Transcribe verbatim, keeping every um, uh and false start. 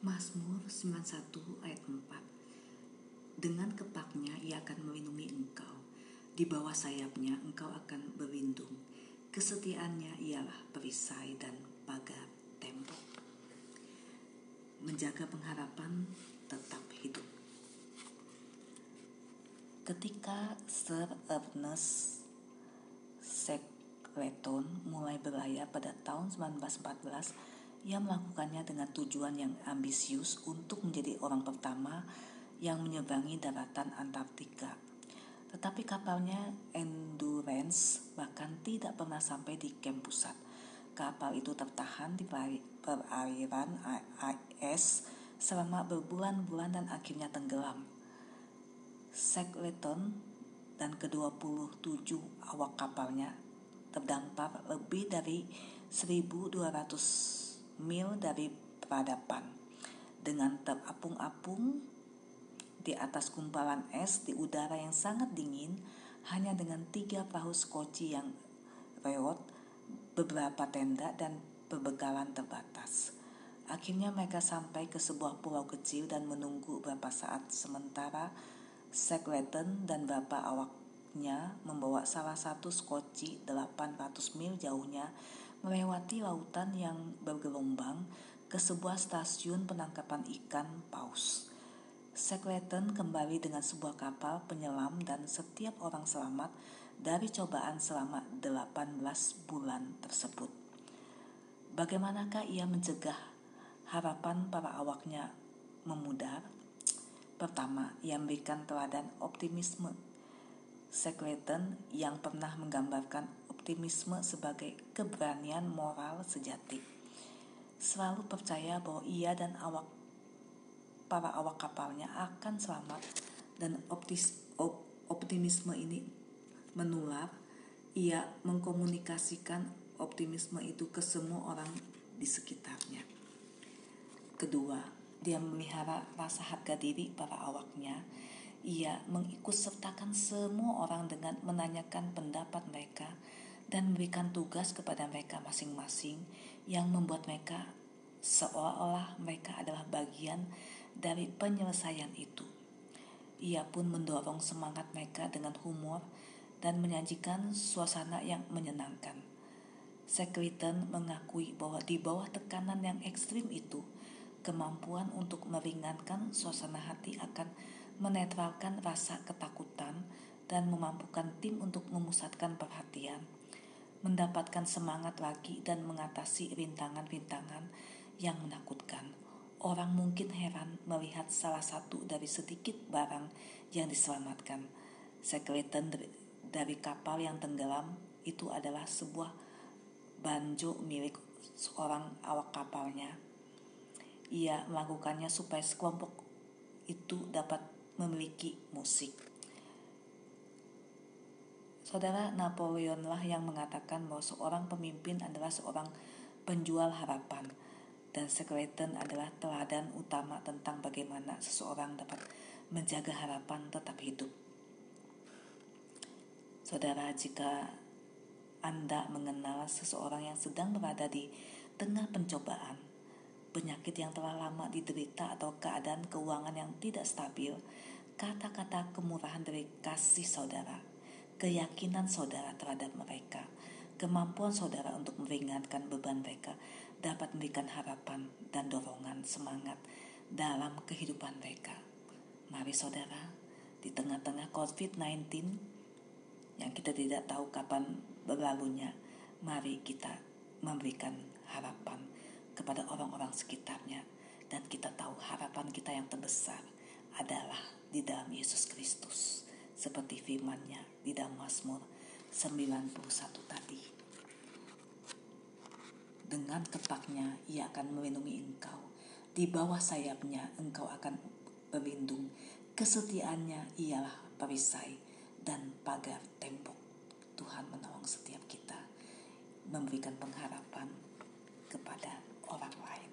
Mazmur sembilan puluh satu ayat empat. Dengan kepaknya ia akan melindungi engkau, di bawah sayapnya engkau akan berlindung. Kesetiaannya ialah perisai dan pagar tembok. Menjaga pengharapan tetap hidup. Ketika Sir Ernest Shackleton mulai berlayar pada tahun sembilan belas empat belas, ia melakukannya dengan tujuan yang ambisius untuk menjadi orang pertama yang menyeberangi daratan Antartika. Tetapi kapalnya Endurance bahkan tidak pernah sampai di kamp pusat. Kapal itu tertahan di perairan es selama berbulan-bulan dan akhirnya tenggelam. Shackleton dan kedua puluh tujuh awak kapalnya terdampar lebih dari seribu dua ratus mil dari peradaban. Dengan terapung-apung di atas gumpalan es di udara yang sangat dingin, hanya dengan tiga perahu skoci yang rewot, beberapa tenda dan perbekalan terbatas. Akhirnya mereka sampai ke sebuah pulau kecil dan menunggu beberapa saat sementara Shackleton dan beberapa awaknya membawa salah satu skoci delapan ratus mil jauhnya melewati lautan yang bergelombang ke sebuah stasiun penangkapan ikan paus. Shackleton kembali dengan sebuah kapal penyelam dan setiap orang selamat dari cobaan selama delapan belas bulan tersebut. Bagaimanakah ia mencegah harapan para awaknya memudar? Pertama, ia memberikan teladan optimisme. Shackleton yang pernah menggambarkan optimisme sebagai keberanian moral sejati, selalu percaya bahwa ia dan awak para awak kapalnya akan selamat, dan optis, op, optimisme ini menular. Ia mengkomunikasikan optimisme itu ke semua orang di sekitarnya. Kedua, dia memelihara rasa harga diri para awaknya. Ia mengikutsertakan semua orang dengan menanyakan pendapat mereka dan memberikan tugas kepada mereka masing-masing yang membuat mereka seolah-olah mereka adalah bagian dari penyelesaian itu. Ia pun mendorong semangat mereka dengan humor dan menyajikan suasana yang menyenangkan. Shackleton mengakui bahwa di bawah tekanan yang ekstrim itu, kemampuan untuk meringankan suasana hati akan menetralkan rasa ketakutan dan memampukan tim untuk memusatkan perhatian, mendapatkan semangat lagi dan mengatasi rintangan-rintangan yang menakutkan. Orang mungkin heran melihat salah satu dari sedikit barang yang diselamatkan. Shackleton dari kapal yang tenggelam itu adalah sebuah banjo milik seorang awak kapalnya. Ia melakukannya supaya sekelompok itu dapat memiliki musik. Saudara, Napoleonlah yang mengatakan bahwa seorang pemimpin adalah seorang penjual harapan, dan Shackleton adalah teladan utama tentang bagaimana seseorang dapat menjaga harapan tetap hidup. Saudara, jika Anda mengenal seseorang yang sedang berada di tengah pencobaan, penyakit yang telah lama diderita atau keadaan keuangan yang tidak stabil, kata-kata kemurahan dari kasih saudara, keyakinan saudara terhadap mereka, kemampuan saudara untuk meringankan beban mereka dapat memberikan harapan dan dorongan semangat dalam kehidupan mereka. Mari saudara, di tengah-tengah covid sembilan belas yang kita tidak tahu kapan berlalunya, mari kita memberikan harapan kepada orang-orang sekitarnya, dan kita tahu harapan kita yang terbesar adalah di dalam Yesus Kristus, seperti firman-Nya di dalam Mazmur sembilan puluh satu tadi. Dengan kepaknya ia akan melindungi engkau, di bawah sayapnya engkau akan berlindung. Kesetiaannya ialah perisai dan pagar tembok. Tuhan menolong setiap kita, memberikan pengharapan kepada orang lain.